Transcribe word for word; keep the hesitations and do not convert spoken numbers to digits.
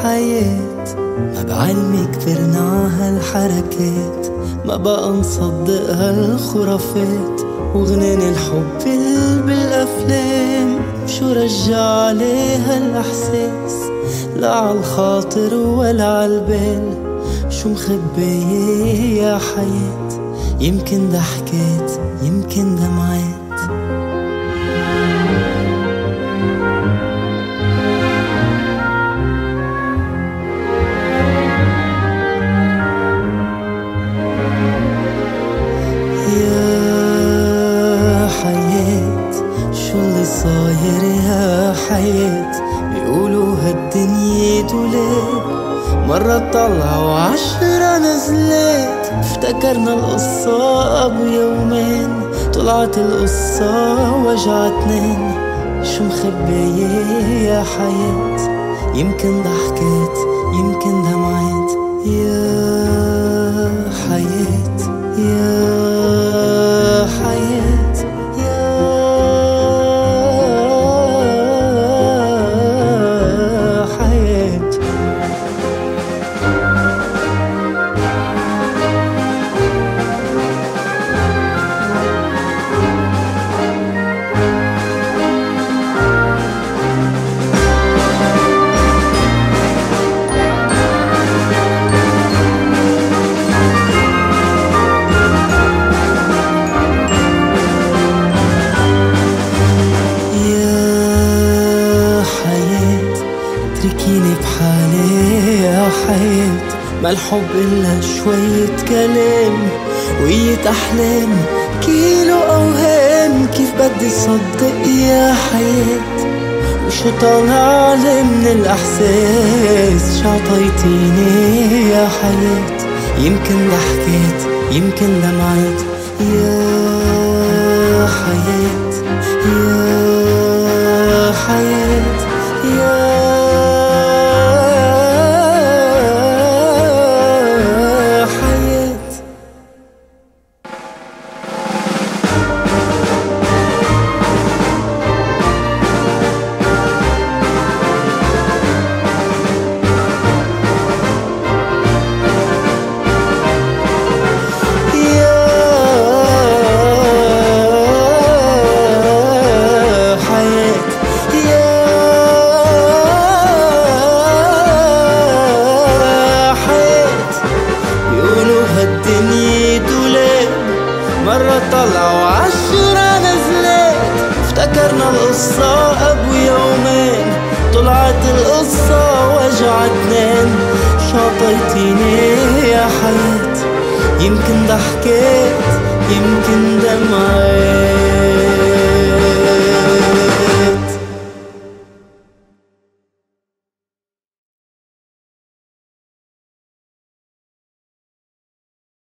حياة ما بعلمي كبرنا هالحركات، ما بقى نصدق هالخرافات، وغنان الحب اللي بالأفلام شو رجع عليها الأحساس، لا عالخاطر ولا عالبال، شو مخبية يا حياة؟ يمكن ضحكات يمكن دمعات. صاير يا حياة بيقولوا هالدنيا دولاب، مرة طلع وعشرة نزلات، افتكرنا القصة أبو يومين، طلعت القصة وجع اتنين، شو مخبية يا حياة؟ يمكن ضحكات يمكن دمعات. يا حياة يا حياة اتركيني بحالي يا حياة، ما الحب إلا شوية كلام وقية أحلام، كيلو أوهام، كيف بدي صدق يا حياة؟ وشو طالع لي من الأحساس؟ شو عطيتيني يا حياة؟ يمكن ضحكات يمكن دمعات. يا حياة يا حياة يا مرة طلع وعشرة نزلات، افتكرنا القصة أبو يومين، طلعت القصة وجع اتنين، شاطيتيني يا حياة؟ يمكن ضحكات يمكن دمعات.